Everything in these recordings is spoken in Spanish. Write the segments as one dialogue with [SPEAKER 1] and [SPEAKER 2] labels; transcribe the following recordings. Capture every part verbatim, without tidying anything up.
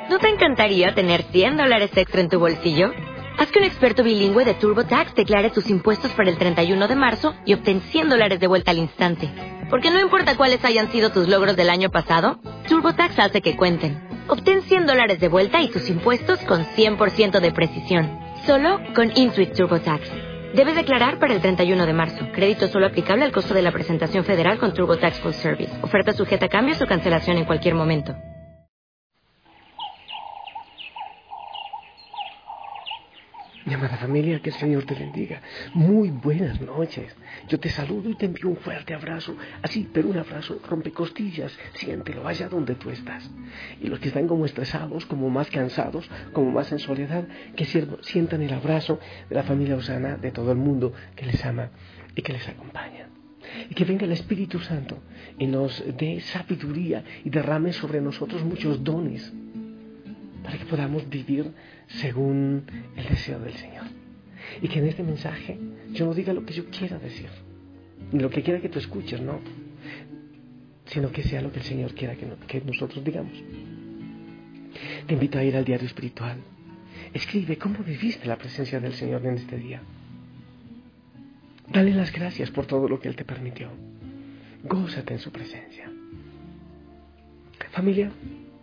[SPEAKER 1] ¿No te encantaría tener cien dólares extra en tu bolsillo? Haz que un experto bilingüe de TurboTax declare tus impuestos para el treinta y uno de marzo y obtén cien dólares de vuelta al instante. Porque no importa cuáles hayan sido tus logros del año pasado, TurboTax hace que cuenten. Obtén cien dólares de vuelta y tus impuestos con cien por ciento de precisión. Solo con Intuit TurboTax. Debes declarar para el treinta y uno de marzo. Crédito solo aplicable al costo de la presentación federal con TurboTax Full Service. Oferta sujeta a cambios o cancelación en cualquier momento.
[SPEAKER 2] Mi amada familia, que el Señor te bendiga. Muy buenas noches. Yo te saludo y te envío un fuerte abrazo. Así, pero un abrazo rompecostillas. Siéntelo allá donde tú estás. Y los que están como estresados, como más cansados, como más en soledad, que sientan el abrazo de la familia Osana, de todo el mundo que les ama y que les acompaña. Y que venga el Espíritu Santo y nos dé sabiduría y derrame sobre nosotros muchos dones, para que podamos vivir según el deseo del Señor. Y que en este mensaje yo no diga lo que yo quiera decir, ni lo que quiera que tú escuches, no, sino que sea lo que el Señor quiera que, no, que nosotros digamos. Te invito a ir al diario espiritual. Escribe cómo viviste la presencia del Señor en este día. Dale las gracias por todo lo que Él te permitió. Gózate en su presencia. Familia,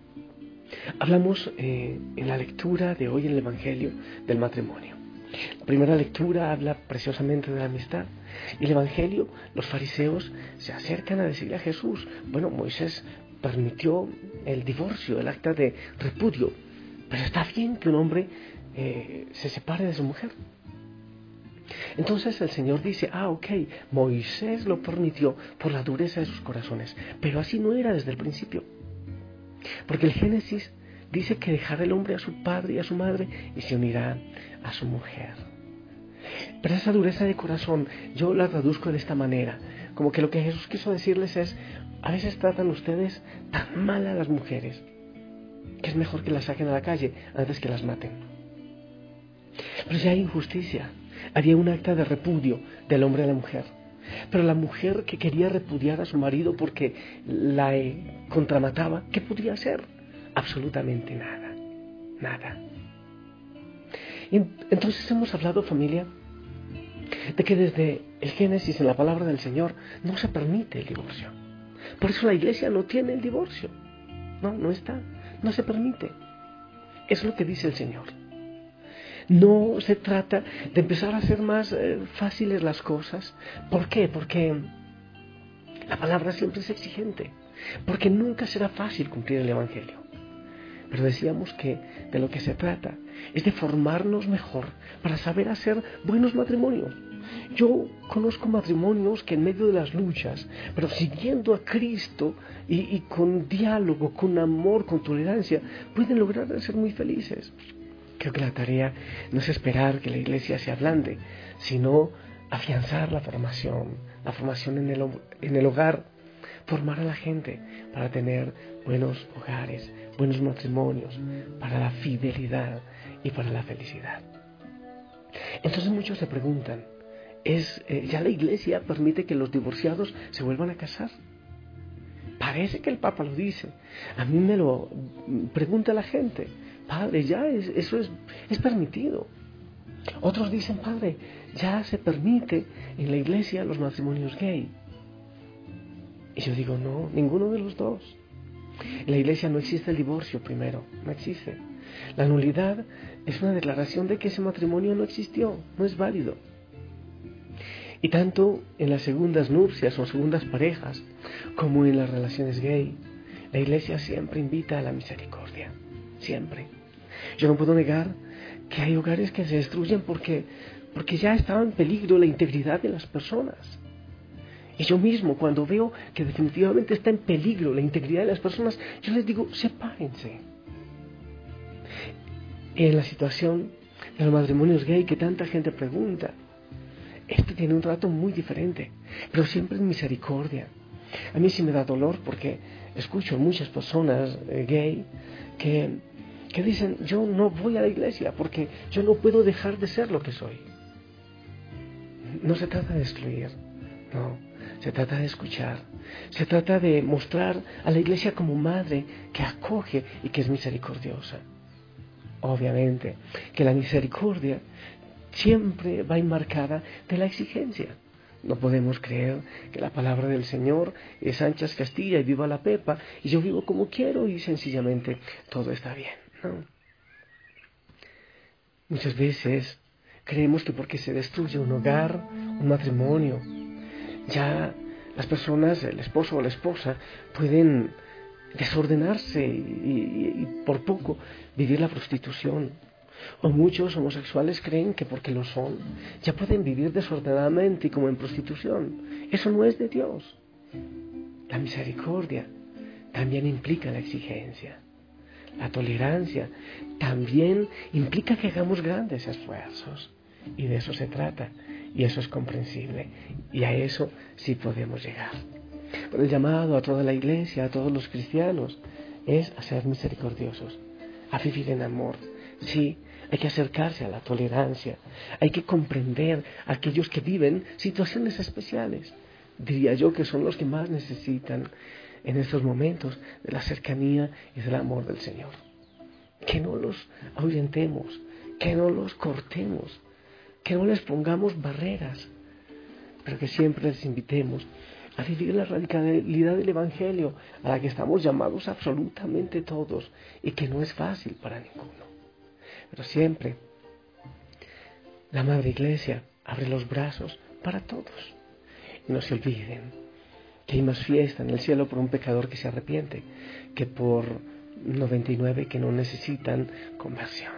[SPEAKER 2] hablamos eh, en la lectura de hoy en el Evangelio del matrimonio. La primera lectura habla preciosamente de la amistad. Y el Evangelio, los fariseos se acercan a decirle a Jesús: bueno, Moisés permitió el divorcio, el acta de repudio, pero está bien que un hombre eh, se separe de su mujer. Entonces el Señor dice: ah, ok, Moisés lo permitió por la dureza de sus corazones, pero así no era desde el principio. Porque el Génesis dice que dejará el hombre a su padre y a su madre y se unirá a su mujer. Pero esa dureza de corazón yo la traduzco de esta manera, como que lo que Jesús quiso decirles es: a veces tratan ustedes tan mal a las mujeres que es mejor que las saquen a la calle antes que las maten. Pero si hay injusticia, había un acta de repudio del hombre a la mujer. Pero la mujer que quería repudiar a su marido porque la eh, contramataba, ¿qué podía hacer? Absolutamente nada, nada. Y entonces hemos hablado, familia, de que desde el Génesis, en la palabra del Señor, no se permite el divorcio. Por eso la iglesia no tiene el divorcio. No, no está, no se permite. Es lo que dice el Señor. No se trata de empezar a hacer más eh, fáciles las cosas. ¿Por qué? Porque la palabra siempre es exigente. Porque nunca será fácil cumplir el Evangelio. Pero decíamos que de lo que se trata es de formarnos mejor para saber hacer buenos matrimonios. Yo conozco matrimonios que en medio de las luchas, pero siguiendo a Cristo y, y con diálogo, con amor, con tolerancia, pueden lograr ser muy felices. Creo que la tarea no es esperar que la iglesia se ablande, sino afianzar la formación, la formación en el, en el hogar, formar a la gente para tener buenos hogares, buenos matrimonios, para la fidelidad y para la felicidad. Entonces muchos se preguntan, ¿es, eh, ¿ya la iglesia permite que los divorciados se vuelvan a casar? Parece que el Papa lo dice. A mí me lo pregunta la gente. Padre, ya es, eso es, es permitido. Otros dicen: padre, ya se permite en la iglesia los matrimonios gay. Y yo digo: no, ninguno de los dos. En la iglesia no existe el divorcio primero, no existe. La nulidad es una declaración de que ese matrimonio no existió, no es válido. Y tanto en las segundas nupcias o segundas parejas como en las relaciones gay, la iglesia siempre invita a la misericordia, siempre. Yo no puedo negar que hay hogares que se destruyen porque, porque ya estaba en peligro la integridad de las personas. Y yo mismo, cuando veo que definitivamente está en peligro la integridad de las personas, yo les digo: sepárense. Y en la situación de los matrimonios gay que tanta gente pregunta, este tiene un trato muy diferente, pero siempre en misericordia. A mí sí me da dolor porque escucho muchas personas eh, gay que, que dicen: yo no voy a la iglesia porque yo no puedo dejar de ser lo que soy. No se trata de excluir, no. Se trata de escuchar. Se trata de mostrar a la iglesia como madre que acoge y que es misericordiosa. Obviamente que la misericordia siempre va enmarcada de la exigencia. No podemos creer que la palabra del Señor es anchas Castilla y viva la Pepa y yo vivo como quiero y sencillamente todo está bien, ¿no? Muchas veces creemos que porque se destruye un hogar, un matrimonio, ya las personas, el esposo o la esposa, pueden desordenarse y, y, y por poco vivir la prostitución. O muchos homosexuales creen que porque lo son, ya pueden vivir desordenadamente y como en prostitución. Eso no es de Dios. La misericordia también implica la exigencia. La tolerancia también implica que hagamos grandes esfuerzos. Y de eso se trata. Y eso es comprensible. Y a eso sí podemos llegar. Pero el llamado a toda la iglesia, a todos los cristianos, es a ser misericordiosos, a vivir en amor. Sí, hay que acercarse a la tolerancia, hay que comprender a aquellos que viven situaciones especiales. Diría yo que son los que más necesitan en estos momentos de la cercanía y del amor del Señor. Que no los ahuyentemos, que no los cortemos, que no les pongamos barreras, pero que siempre les invitemos a vivir la radicalidad del Evangelio a la que estamos llamados absolutamente todos y que no es fácil para ninguno. Pero siempre la Madre Iglesia abre los brazos para todos. Y no se olviden que hay más fiesta en el cielo por un pecador que se arrepiente que por noventa y nueve que no necesitan conversión.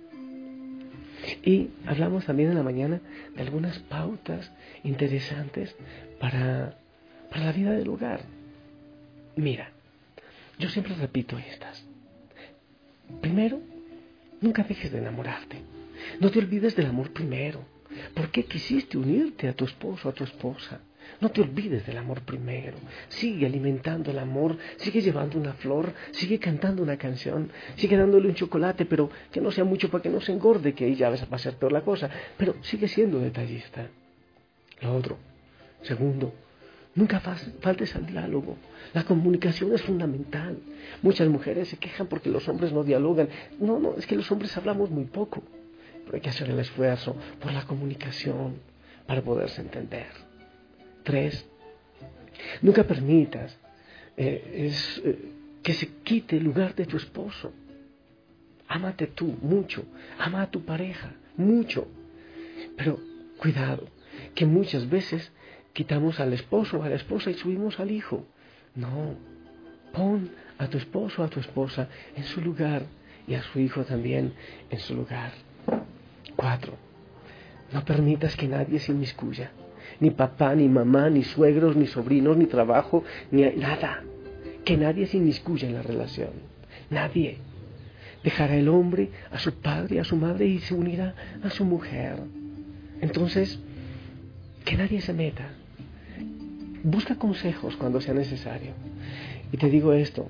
[SPEAKER 2] Y hablamos también en la mañana de algunas pautas interesantes para, para la vida del hogar. Mira, yo siempre repito estas. Primero, nunca dejes de enamorarte. No te olvides del amor primero. ¿Por qué quisiste unirte a tu esposo o a tu esposa? No te olvides del amor primero. Sigue alimentando el amor, sigue llevando una flor, sigue cantando una canción, sigue dándole un chocolate, pero que no sea mucho para que no se engorde, que ahí ya va a ser peor la cosa, pero sigue siendo detallista. Lo otro, segundo, nunca faltes al diálogo. La comunicación es fundamental. Muchas mujeres se quejan porque los hombres no dialogan. No, no, es que los hombres hablamos muy poco. Pero hay que hacer el esfuerzo por la comunicación para poderse entender. Tres, nunca permitas eh, es, eh, que se quite el lugar de tu esposo. Ámate tú mucho, ama a tu pareja mucho. Pero cuidado, que muchas veces quitamos al esposo o a la esposa y subimos al hijo. No, pon a tu esposo o a tu esposa en su lugar y a su hijo también en su lugar. Cuatro, no permitas que nadie se inmiscuya. Ni papá, ni mamá, ni suegros, ni sobrinos, ni trabajo, ni nada. Que nadie se inmiscuya en la relación. Nadie. Dejará el hombre a su padre, a su madre y se unirá a su mujer. Entonces, que nadie se meta. Busca consejos cuando sea necesario. Y te digo esto,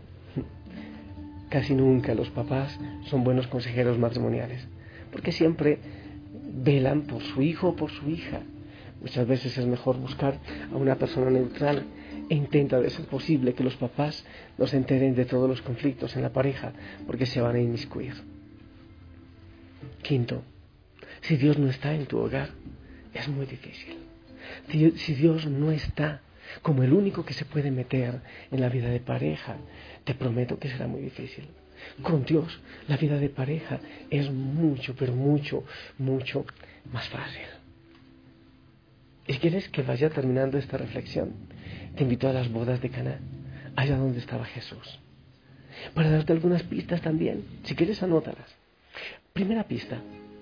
[SPEAKER 2] casi nunca los papás son buenos consejeros matrimoniales, porque siempre velan por su hijo o por su hija. Muchas veces es mejor buscar a una persona neutral e intenta, de ser posible, que los papás no se enteren de todos los conflictos en la pareja, porque se van a inmiscuir. Quinto, si Dios no está en tu hogar, es muy difícil. Si Dios no está como el único que se puede meter en la vida de pareja, te prometo que será muy difícil. Con Dios, la vida de pareja es mucho, pero mucho, mucho más fácil. ¿Y quieres que vaya terminando esta reflexión? Te invito a las bodas de Caná, allá donde estaba Jesús, para darte algunas pistas también. Si quieres, anótalas. Primera pista: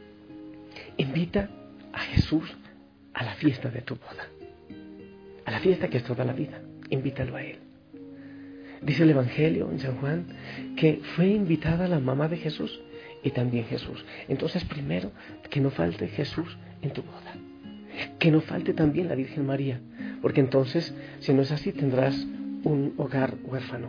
[SPEAKER 2] invita a Jesús a la fiesta de tu boda, a la fiesta que es toda la vida. Invítalo a Él. Dice el Evangelio en San Juan que fue invitada la mamá de Jesús y también Jesús. Entonces, primero, que no falte Jesús en tu boda. Que no falte también la Virgen María, porque entonces, si no es así, tendrás un hogar huérfano.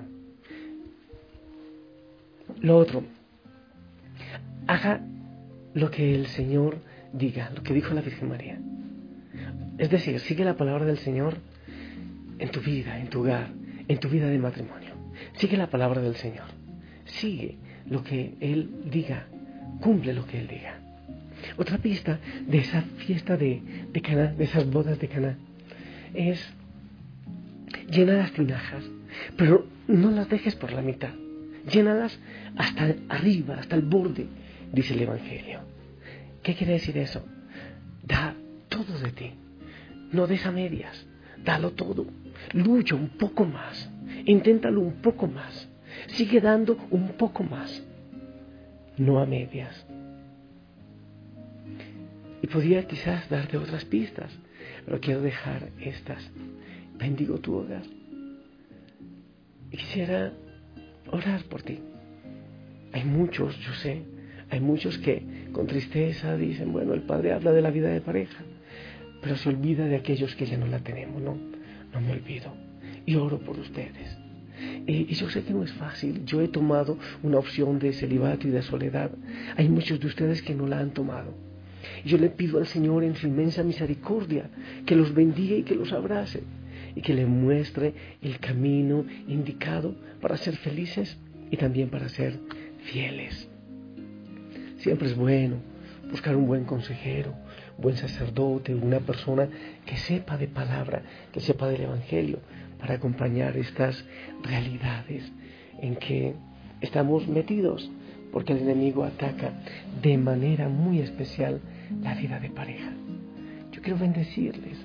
[SPEAKER 2] Lo otro, haga lo que el Señor diga, lo que dijo la Virgen María. Es decir, sigue la palabra del Señor en tu vida, en tu hogar, en tu vida de matrimonio. Sigue la palabra del Señor. Sigue lo que Él diga. Cumple lo que Él diga. Otra pista de esa fiesta de, de Caná, de esas bodas de Caná, es llena las tinajas, pero no las dejes por la mitad. Llénalas hasta arriba, hasta el borde, dice el Evangelio. ¿Qué quiere decir eso? Da todo de ti. No des a medias. Dalo todo. Lucha un poco más. Inténtalo un poco más. Sigue dando un poco más. No a medias. Y podría quizás darte otras pistas, pero quiero dejar estas. Bendigo tu hogar. Y quisiera orar por ti. Hay muchos, yo sé, hay muchos que con tristeza dicen, bueno, el Padre habla de la vida de pareja, pero se olvida de aquellos que ya no la tenemos. No, no me olvido. Y oro por ustedes. Y yo sé que no es fácil. Yo he tomado una opción de celibato y de soledad. Hay muchos de ustedes que no la han tomado. Yo le pido al Señor en su inmensa misericordia que los bendiga y que los abrace y que le muestre el camino indicado para ser felices y también para ser fieles. Siempre es bueno buscar un buen consejero, un buen sacerdote, una persona que sepa de palabra, que sepa del Evangelio, para acompañar estas realidades en que estamos metidos, porque el enemigo ataca de manera muy especial la vida de pareja. Yo quiero bendecirles.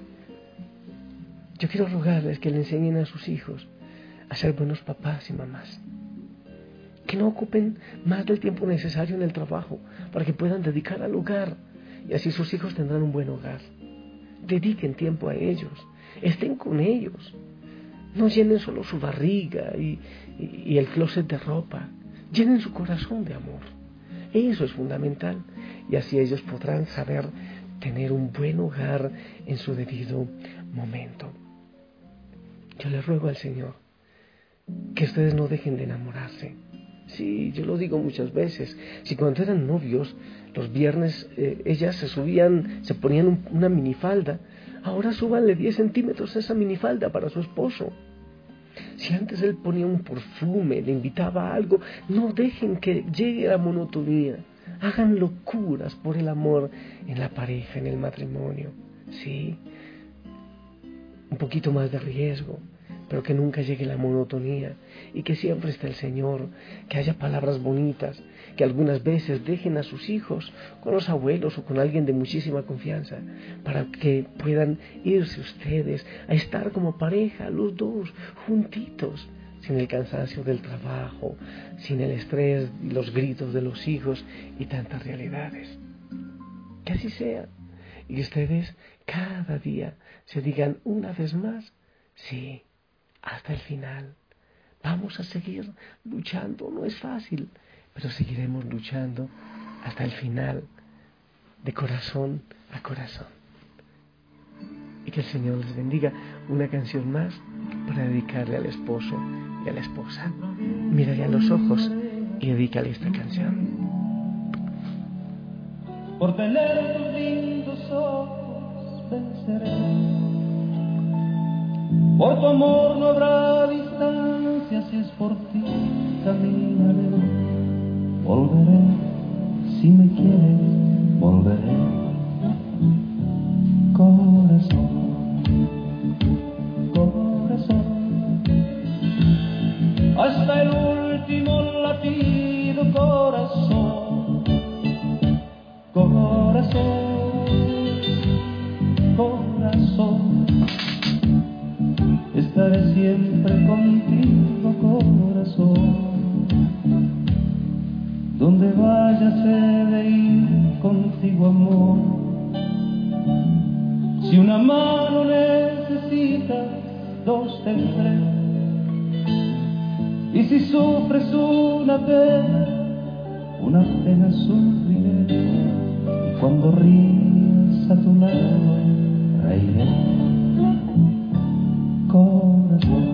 [SPEAKER 2] Yo quiero rogarles que le enseñen a sus hijos a ser buenos papás y mamás. Que no ocupen más del tiempo necesario en el trabajo para que puedan dedicar al hogar y así sus hijos tendrán un buen hogar. Dediquen tiempo a ellos, estén con ellos. No llenen solo su barriga y, y, y el closet de ropa. Llenen su corazón de amor. Eso es fundamental. Y así ellos podrán saber tener un buen hogar en su debido momento. Yo les ruego al Señor que ustedes no dejen de enamorarse. Sí, yo lo digo muchas veces. Si cuando eran novios, los viernes eh, ellas se subían, se ponían un, una minifalda, ahora súbanle diez centímetros a esa minifalda para su esposo. Si antes él ponía un perfume, le invitaba a algo, no dejen que llegue la monotonía. Hagan locuras por el amor en la pareja, en el matrimonio. Sí, un poquito más de riesgo, pero que nunca llegue la monotonía y que siempre esté el Señor, que haya palabras bonitas, que algunas veces dejen a sus hijos con los abuelos o con alguien de muchísima confianza para que puedan irse ustedes a estar como pareja, los dos, juntitos, sin el cansancio del trabajo, sin el estrés y los gritos de los hijos y tantas realidades. Que así sea y que ustedes cada día se digan una vez más, sí, hasta el final. Vamos a seguir luchando, no es fácil, pero seguiremos luchando hasta el final, de corazón a corazón. Y que el Señor les bendiga. Una canción más para dedicarle al esposo y a la esposa. Mírale a los ojos y dedícale esta canción.
[SPEAKER 3] Por tener tus lindos ojos venceré. Por tu amor no habrá distancia, si es por ti caminaré. Volveré, si me quieres, volveré. Corazón, corazón, hasta el último latido, corazón, corazón, corazón. Estaré siempre contigo, corazón. Donde vayas he de ir contigo, amor. Si una mano necesitas, dos tendré. Y si sufres una pena, una pena sufriré. Y cuando rías a tu lado, reiré. Corazón,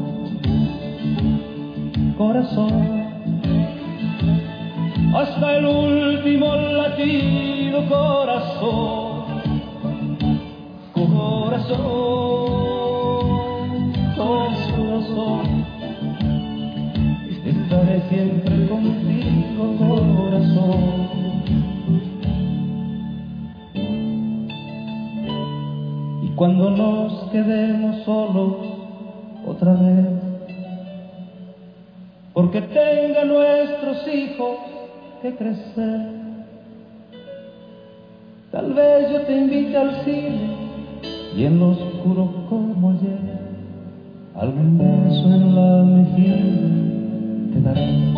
[SPEAKER 3] corazón, hasta el último latido, corazón, corazón, corazón. cuando nos quedemos solos otra vez, porque tengan nuestros hijos que crecer. Tal vez yo te invite al cine y en lo oscuro como ayer algún beso en la mejilla te daré.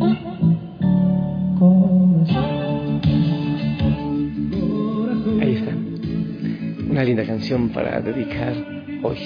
[SPEAKER 2] Ahí está, una linda canción para dedicar hoy.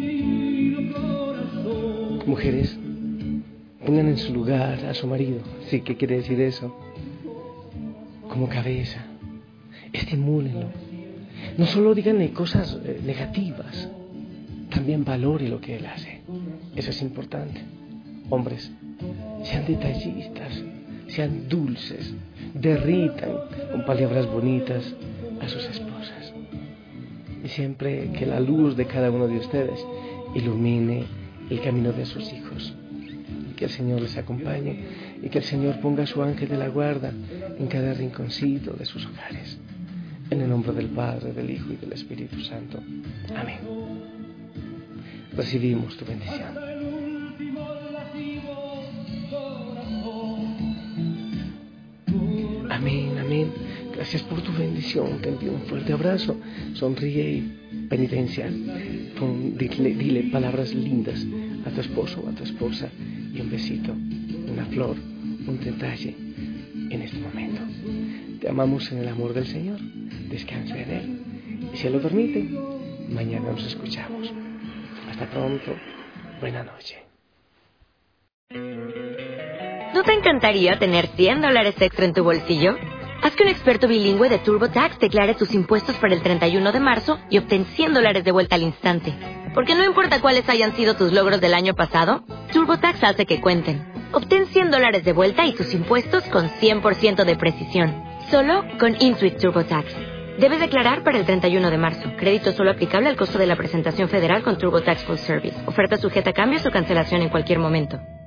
[SPEAKER 2] Mujeres, pongan en su lugar a su marido. Sí, ¿qué quiere decir eso? Como cabeza, estimúlenlo. No solo díganle cosas eh, negativas, también valore lo que él hace. Eso es importante. Hombres, sean detallistas, sean dulces, derritan con palabras bonitas a sus esposas. Y siempre que la luz de cada uno de ustedes ilumine el camino de sus hijos. Y que el Señor les acompañe y que el Señor ponga su ángel de la guarda en cada rinconcito de sus hogares. En el nombre del Padre, del Hijo y del Espíritu Santo. Amén. Recibimos tu bendición. Amén, amén. Gracias por tu bendición. Te envío un fuerte abrazo. Sonríe y penitencia. Pon, dile, dile palabras lindas a tu esposo o a tu esposa y un besito, una flor, un detalle en este momento. Te amamos en el amor del Señor. Descansa en Él. Y si Él lo permite, mañana nos escuchamos. Hasta pronto. Buena noche.
[SPEAKER 1] ¿No te encantaría tener cien dólares extra en tu bolsillo? Haz que un experto bilingüe de TurboTax declare tus impuestos para el treinta y uno de marzo y obtén cien dólares de vuelta al instante. Porque no importa cuáles hayan sido tus logros del año pasado, TurboTax hace que cuenten. Obtén cien dólares de vuelta y tus impuestos con cien por ciento de precisión. Solo con Intuit TurboTax. Debes declarar para el treinta y uno de marzo. Crédito solo aplicable al costo de la presentación federal con TurboTax Full Service. Oferta sujeta a cambios o cancelación en cualquier momento.